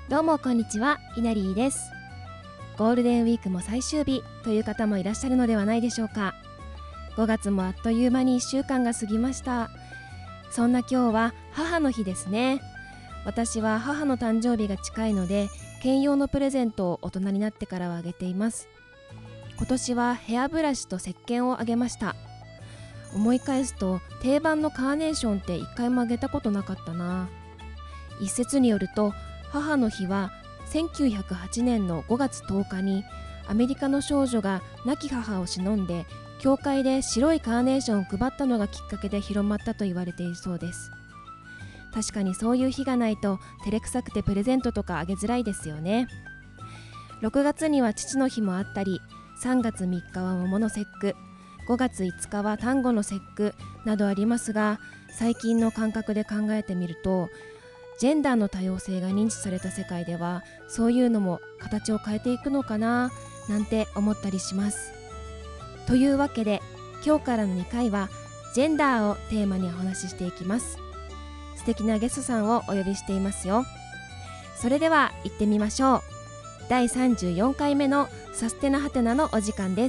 どうもこんにちは、いなりーです。ゴールデンウィークも最終日という方もいらっしゃるのではないでしょうか。5月もあっという間に1週間が過ぎました。そんな今日は母の日ですね。私は母の誕生日が近いので、兼用のプレゼントを大人になってからはあげています。今年はヘアブラシと石鹸をあげました。思い返すと定番のカーネーションって一回もあげたことなかったな。一説によると母の日は1908年の5月10日にアメリカの少女が亡き母を偲んで教会で白いカーネーションを配ったのがきっかけで広まったと言われているそうです。確かにそういう日がないと照れくさくてプレゼントとかあげづらいですよね。6月には父の日もあったり、3月3日は桃の節句、5月5日は端午の節句などありますが、最近の感覚で考えてみるとジェンダーの多様性が認知された世界ではそういうのも形を変えていくのかななんて思ったりします。というわけで今日からの2回はジェンダーをテーマにお話ししていきます。素敵なゲストさんをお呼びしていますよ。それでは行ってみましょう。第34回目のサステナハテナのお時間です。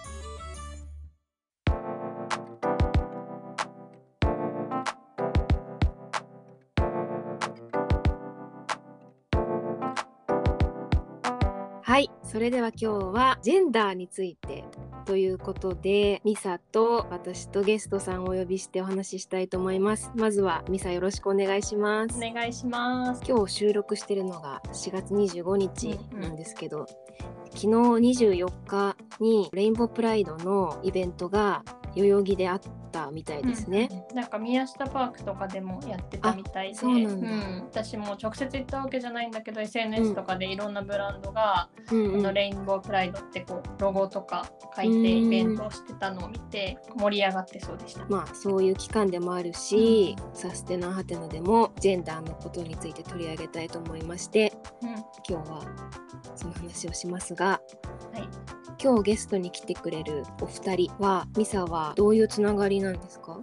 はい、それでは今日はジェンダーについてということで、ミサと私とゲストさんをお呼びしてお話ししたいと思います。まずはミサ、よろしくお願いします。 お願いします。 今日収録してるのが4月25日なんですけど、昨日24日にレインボープライドのイベントが代々木であったみたいですね。 なんか宮下パークとかでもやってたみたいで、 そうなんだ。 私も直接行ったわけじゃないんだけど、SNS とかでいろんなブランドが、このレインボープライドってこうロゴとか書いてイベントをしてたのを見て盛り上がってそうでした。 まあそういう期間でもあるし、サステナハテナでもジェンダーのことについて取り上げたいと思いまして、今日はその話をしますが、はい、今日ゲストに来てくれるお二人は、ミサはどういうつながりなんですか？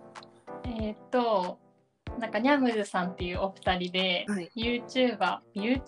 なんかニャムズさんっていうお二人で、はい、YouTuber のニ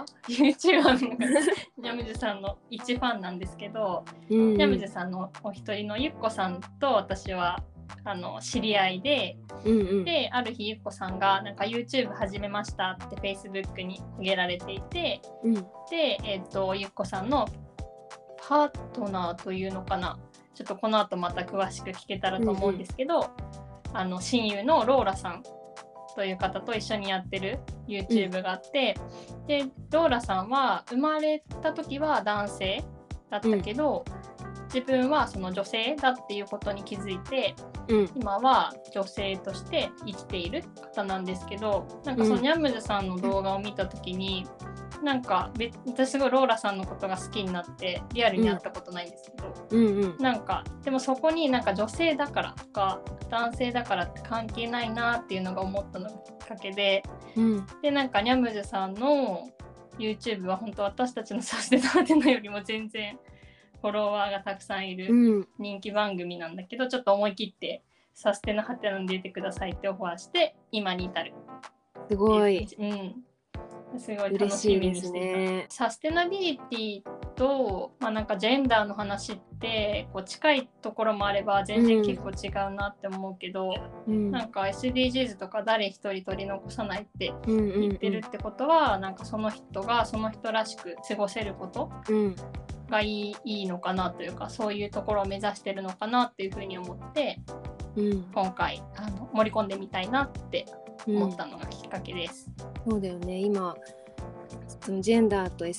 ャムズさんの一ファンなんですけど、ニャムズさんのお一人のゆっこさんと私は知り合いで、である日ゆっこさんがなんか YouTube 始めましたって Facebook に上げられていて、で、ゆっこさんのパートナーというのかな、ちょっとこの後また詳しく聞けたらと思うんですけど、親友のローラさんという方と一緒にやってる YouTube があって、でローラさんは生まれた時は男性だったけど、自分はその女性だっていうことに気づいて、今は女性として生きている方なんですけど、なんかそのニャムズさんの動画を見た時に、なんか私すごいローラさんのことが好きになって、リアルに会ったことないんですけど、なんかでもそこになんか女性だからとか男性だからって関係ないなっていうのが思ったのがきっかけで、でなんかニャムズさんの YouTube は本当私たちのサステナハテナよりも全然フォロワーがたくさんいる人気番組なんだけど、ちょっと思い切ってサステナハテナに出てくださいってオファーして今に至る。 すごい。 すごい楽しみにしてた。ね、サステナビリティと、なんかジェンダーの話ってこう近いところもあれば全然結構違うなって思うけど、なんか SDGs とか誰一人取り残さないって言ってるってことは、なんかその人がその人らしく過ごせることがいいのかなというか、そういうところを目指してるのかなっていうふうに思って、今回盛り込んでみたいなって思ったのがきっかけです。 そうだよね。今そのジェンダーと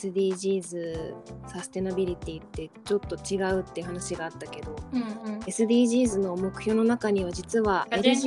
SDGs サステナビリティってちょっと違うって話があったけど、SDGs の目標の中には実は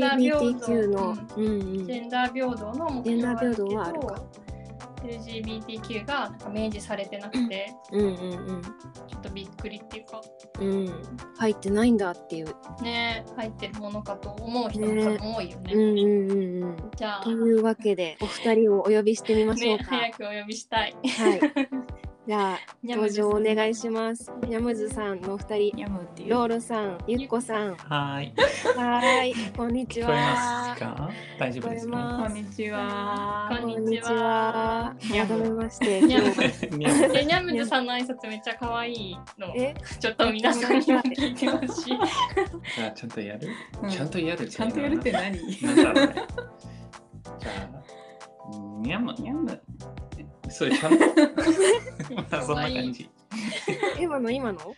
LGBTQ のジェンダー平等の目標はあるけど、LGBTQ がなんか明示されてなくて、ちょっとびっくりっていうか、 入ってないんだっていうね、入ってるものかと思う人も多分多いよね。 じゃあというわけでお二人をお呼びしてみましょうか。 早くお呼びしたい。 はい。 じゃあ登場お願いします。ニャムズさんの2人、 ニャムっていうロールさん、ゆっこさん。 はい。 こんにちは。 聞こえますか？大丈夫ですね。 こんにちは。 こんにちは。 改めまして。 ニャムズさんの挨拶めっちゃ可愛いの。ちょっと皆さんにも聞いてほしい。 じゃあちゃんとやる？ちゃんとやるって何？ なんだろうね。じゃあニャム。それちゃんとそんな感じ。 今の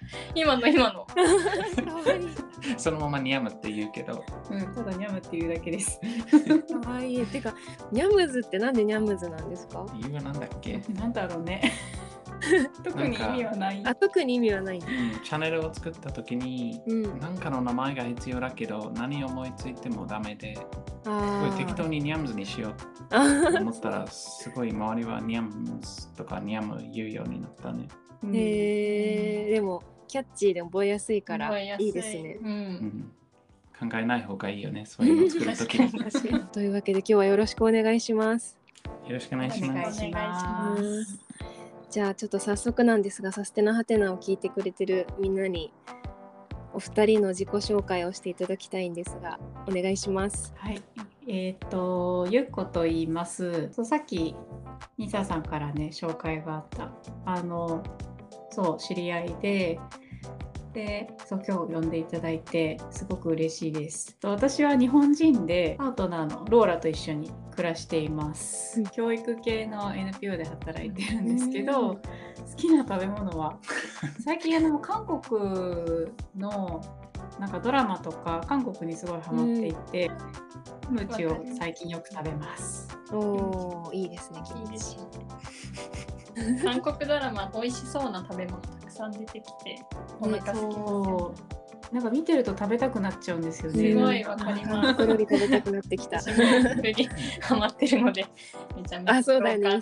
そのままニャムって言うけど、 ただニャムって言うだけです。 かわいい。てかニャムズってなんでニャムズなんですか？ 理由はなんだっけ？ なんだろうね。特に意味はない。 特に意味はない。 チャンネルを作った時に、なんかの名前が必要だけど何思いついてもダメで、すごい適当にニャムズにしようと思ったらすごい周りはニャムズとかニャム言うようになったね。 でもキャッチーで覚えやすいからいいですね。 考えない方がいいよね、そういうの作るときに。 というわけで今日はよろしくお願いします。 よろしくお願いします。 じゃあちょっと早速なんですが、サステナハテナを聞いてくれてるみんなにお二人の自己紹介をしていただきたいんですが、お願いします。 はい、ゆっこと言います。さっきニサさんからね紹介があった知り合いで今日呼んでいただいてすごく嬉しいです。私は日本人でパートナーのローラと一緒に暮らしています。教育系の NPO で働いてるんですけど、好きな食べ物は最近韓国のなんかドラマとか韓国にすごいハマっていて、キムチを最近よく食べます。 いいですね。 いいですね。韓国ドラマ美味しそうな食べ物たくさん出てきてお腹空きます。 なんか見てると食べたくなっちゃうんですよね。 すごいわかります。 これ食べたくなってきた。 私もハマってるのでめちゃめちゃそうだよね。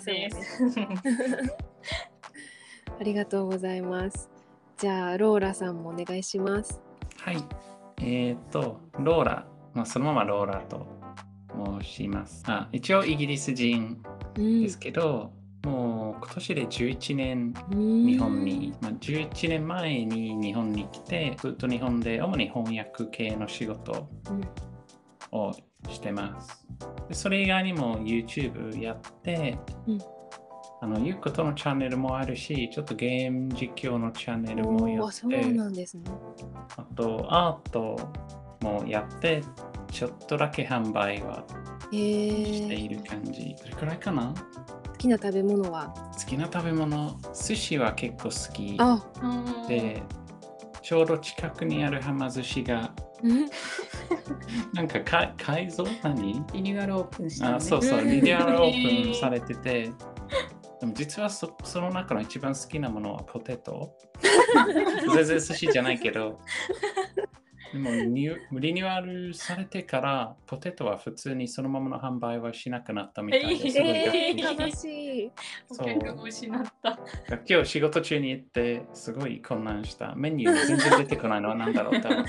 ありがとうございます。じゃあローラさんもお願いします。 はい。ローラ、そのままローラと申します。一応イギリス人ですけど、もう今年で11年日本に、11年前に日本に来て、ずっと日本で主に翻訳系の仕事をしてます。でそれ以外にも YouTube やって、ゆっことのチャンネルもあるし、ちょっとゲーム実況のチャンネルもやって、 そうなんですね。 あとアートもやって、ちょっとだけ販売はしている感じ。それくらいかな？ 好きな食べ物は？ 好きな食べ物、寿司は結構好きで、ちょうど近くにあるはま寿司がなんか改造リニューアルオープンしたね。 そうリニューアルオープンされてて、でも実はその中の一番好きなものはポテト。全然寿司じゃないけど、でもリニューアルされてからポテトは普通にそのままの販売はしなくなったみたいです。 悲しい。 そう。失った。 今日仕事中に行ってすごい混乱した。メニュー全然出てこないのは何だろうと思って。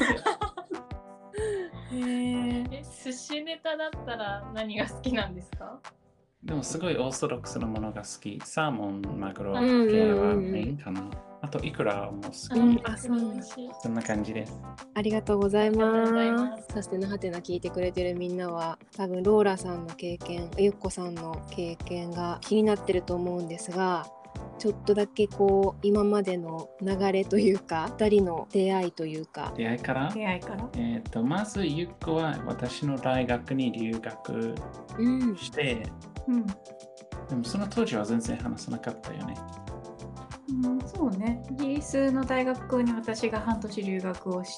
寿司ネタだったら何が好きなんですか？ でもすごいオーソドックスなものが好き。サーモン、マグロ系はメインかな。あとイクラも好き。そんな感じです。 ありがとうございます。サステナハテナ聞いてくれてるみんなは多分ローラさんの経験、ゆっこさんの経験が気になってると思うんですが、ちょっとだけ今までの流れというか2人の出会いというか。 出会いからまずゆっこは私の大学に留学して、でもその当時は全然話さなかったよね。 そうね。イギリスの大学に私が半年留学をして、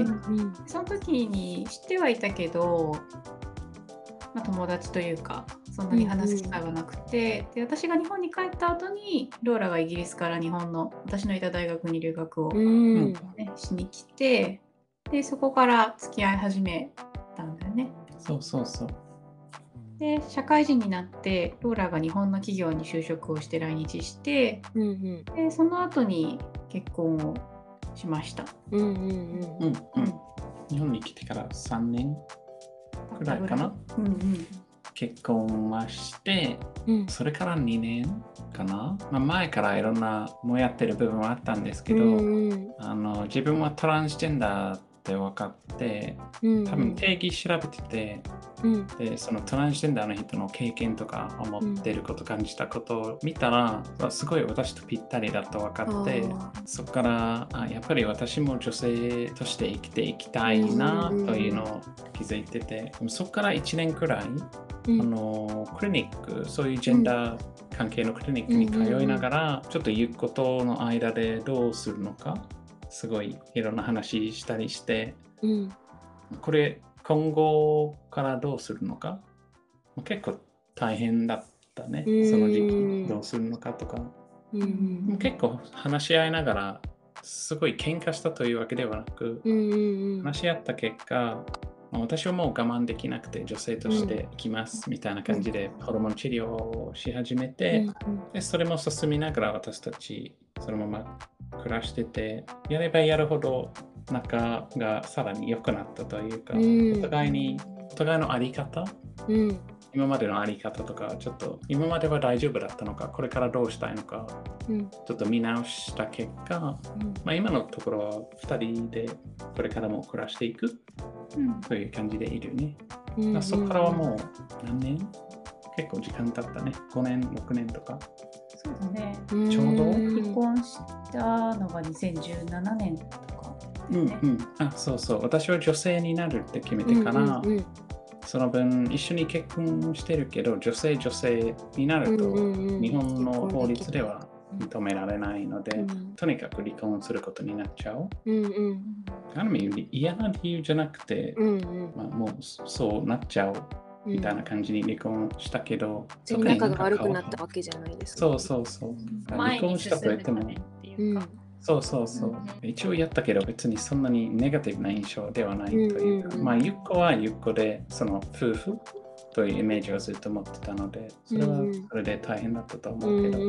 その時に知ってはいたけど、友達というかそんなに話す機会はなくて、で私が日本に帰った後にローラがイギリスから日本の私のいた大学に留学を、しに来て、でそこから付き合い始めたんだよね。 そうで社会人になってローラが日本の企業に就職をして来日して、でその後に結婚をしました。 日本に来てから3年くらいかな。 結婚はして、それから2年かな、前からいろんなもやってる部分はあったんですけど、自分はトランスジェンダーって分かって、多分定義調べてて、でそのトランスジェンダーの人の経験とか思ってること、感じたことを見たら、すごい私とぴったりだと分かって、そこからやっぱり私も女性として生きていきたいなというのを気づいてて、そこから1年くらいクリニック、そういうジェンダー関係のクリニックに通いながら、ちょっとゆっことの間でどうするのか、すごいいろんな話したりして、これ今後からどうするのか、結構大変だったね、その時期どうするのかとか、結構話し合いながら、すごい喧嘩したというわけではなく、話し合った結果、私はもう我慢できなくて女性として生きますみたいな感じでホルモン治療をし始めて、でそれも進みながら私たちそのまま暮らしてて、やればやるほど仲がさらに良くなったというか、お互いのあり方、今までのあり方とか、ちょっと今までは大丈夫だったのか、これからどうしたいのか、ちょっと見直した結果、今のところは2人でこれからも暮らしていくという感じでいるね。そこからはもう何年？結構時間経ったね。5年、6年とか。 そうだね。 ちょうど結婚したのが2017年とか、ね。 そうそう。私は女性になるって決めてから、その分一緒に結婚してるけど、女性になると日本の法律では認められないので、とにかく離婚することになっちゃう。ある意味嫌な理由じゃなくて、もうそうなっちゃうみたいな感じに離婚したけど、 仲が悪くなったわけじゃないですか。 そう。離婚したと言っても、そう一応やったけど別にそんなにネガティブな印象ではないというか、ゆっこはゆっこでその夫婦というイメージをずっと持ってたので、それはそれで大変だったと思うけど、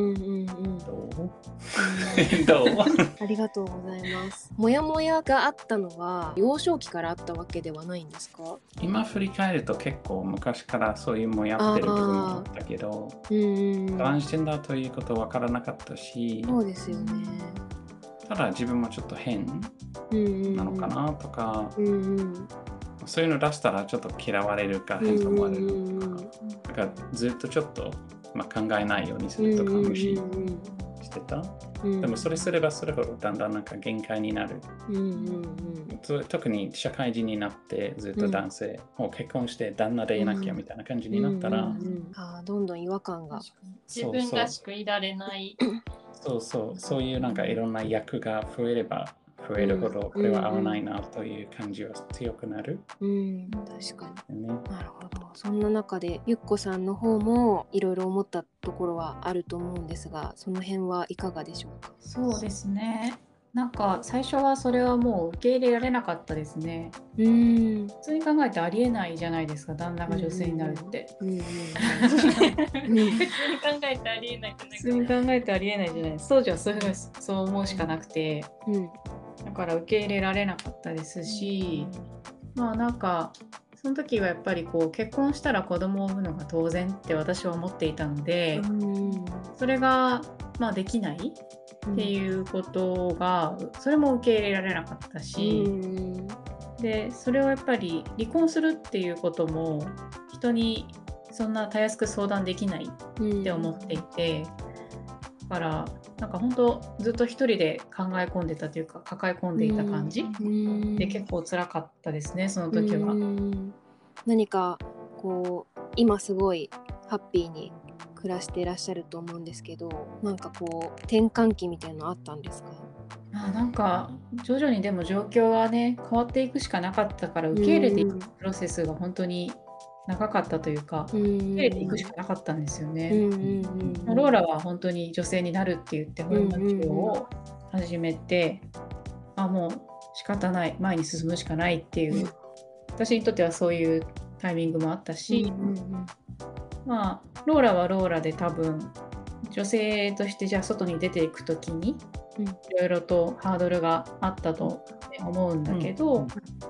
どうありがとうございます。もやもやがあったのは幼少期からあったわけではないんですか？ 今振り返ると結構昔からそういうもやってる部分もあったけど、トランスジェンダーということ分からなかったし、 そうですよね。 ただ自分もちょっと変なのかなとか、そういうの出したらちょっと嫌われるか変と思われるのか、だからずっとちょっと、考えないようにするとか無視してた。でもそれすればそれほどだんだんなんか限界になる。特に社会人になってずっと男性、もう結婚して旦那でいなきゃみたいな感じになったら、 どんどん違和感が。 自分らしくいられない。 そういうなんかいろんな役が増えれば増えるほどこれは合わないなという感じは強くなる。 確かに、なるほど。そんな中でゆっこさんの方もいろいろ思ったところはあると思うんですが、その辺はいかがでしょうか？ そうですね。なんか最初はそれはもう受け入れられなかったですね。普通に考えてありえないじゃないですか、旦那が女性になるって。 普通に考えてありえない普通に考えてありえないじゃないですか。当時はそう思うしかなくて、だから受け入れられなかったですし、なんかその時はやっぱり結婚したら子供を産むのが当然って私は思っていたので、それができないっていうことが、それも受け入れられなかったし、でそれをやっぱり離婚するっていうことも人にそんなたやすく相談できないって思っていて、だからなんか本当ずっと一人で考え込んでたというか抱え込んでいた感じで結構辛かったですね、その時は。 何か今すごいハッピーに暮らしていらっしゃると思うんですけど、なんか転換期みたいなのあったんですか？ なんか徐々にでも状況はね変わっていくしかなかったから、受け入れていくプロセスが本当に長かったというか、受け入れていくしかなかったんですよね。ローラは本当に女性になるって言ってホルモン治療を始めて、もう仕方ない、前に進むしかないっていう、私にとってはそういうタイミングもあったし、ローラはローラで多分女性としてじゃあ外に出ていくときにいろいろとハードルがあったと思うんだけど、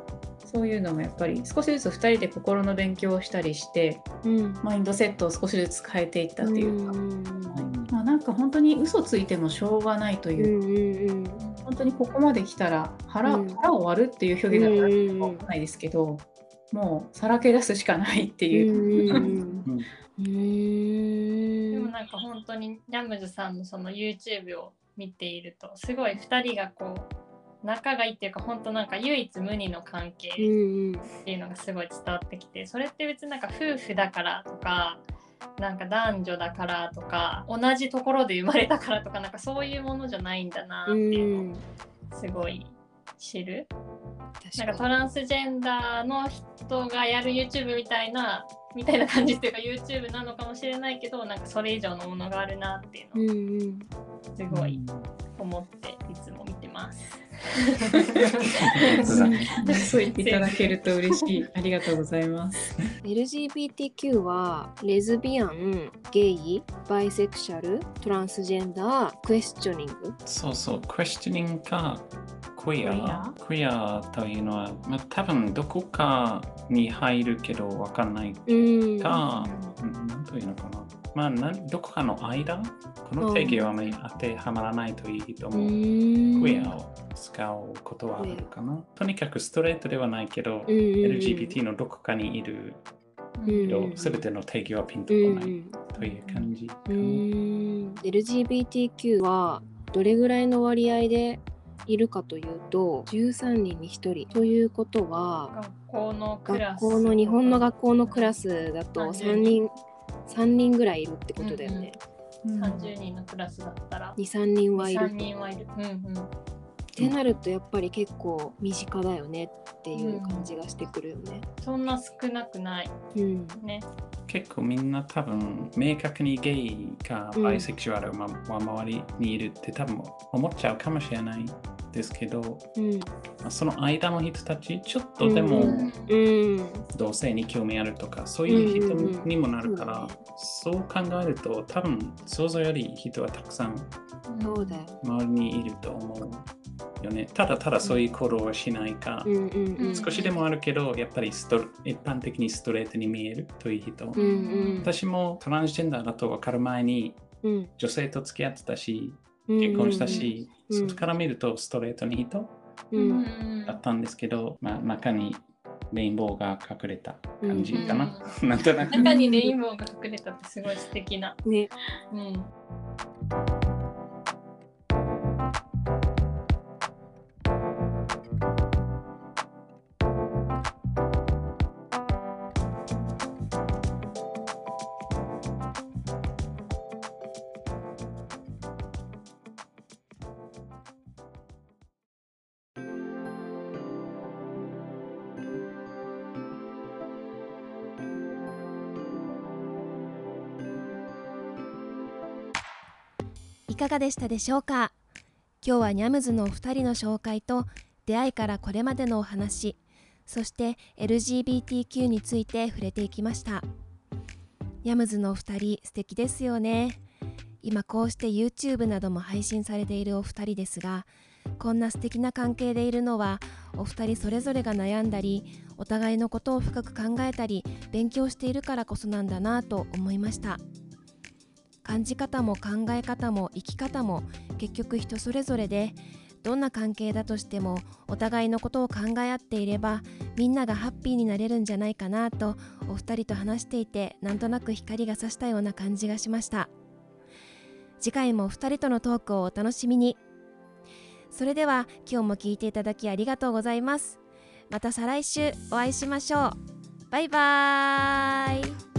そういうのもやっぱり少しずつ2人で心の勉強をしたりして、マインドセットを少しずつ変えていったっていうか、なんか本当に嘘ついてもしょうがないというか、本当にここまで来たら腹を割るっていう表現がないかわからないですけど、もうさらけ出すしかないっていう。 でもなんか本当にヤムズさんのその YouTube を見ているとすごい2人がこう仲がいいっていうか、本当なんか唯一無二の関係っていうのがすごい伝わってきて、それって別になんか夫婦だからとか、なんか男女だからとか、同じところで生まれたからとか、なんかそういうものじゃないんだなっていうのをすごい知る。なんかトランスジェンダーの人がやる YouTube みたいな感じっていうか YouTube なのかもしれないけど、なんかそれ以上のものがあるなっていうのをすごい思っていつも見てます。 そう言っていただけると嬉しい。ありがとうございます。 LGBTQ はレズビアン、ゲイ、バイセクシャル、トランスジェンダー、クエスチョニング。 そうそう、クエスチョニングかクイアというのは、多分どこかに入るけど分かんないか、なんというのかな。どこかの間、この定義は当てはまらないといいと思う。クイアを使うことはあるかな。とにかくストレートではないけど、LGBT のどこかにいるすべての定義はピンとこないという感じ。 LGBTQ はどれぐらいの割合でいるかというと13人に1人ということは、日本の学校のクラスだと3人ぐらいいるってことだよね。 30人のクラスだったら 2,3 人はいる。 ってなるとやっぱり結構身近だよねっていう感じがしてくるよね。 そんな少なくない、ね。 結構みんな多分明確にゲイかバイセクシュアルは周りにいるって多分思っちゃうかもしれないですけど、その間の人たちちょっとでも同性に興味あるとかそういう人にもなるから、そう考えると多分想像より人はたくさん周りにいると思うよね。ただそういう行動はしないか、少しでもあるけどやっぱり一般的にストレートに見えるという人、私もトランスジェンダーだと分かる前に女性と付き合ってたし結婚したし、外から見るとストレートに人だったんですけど、中にレインボーが隠れた感じかな。なんとなく中にレインボーが隠れたってすごい素敵な。ね。 いかがでしたでしょうか。今日はニャムズのお二人の紹介と出会いからこれまでのお話、そして LGBTQ について触れていきました。ニャムズのお二人素敵ですよね。今こうして YouTube なども配信されているお二人ですが、こんな素敵な関係でいるのはお二人それぞれが悩んだり、お互いのことを深く考えたり勉強しているからこそなんだなと思いました。感じ方も考え方も生き方も結局人それぞれで、どんな関係だとしてもお互いのことを考え合っていればみんながハッピーになれるんじゃないかなとお二人と話していて、なんとなく光が差したような感じがしました。次回もお二人とのトークをお楽しみに。それでは今日も聞いていただきありがとうございます。また再来週お会いしましょう。バイバーイ。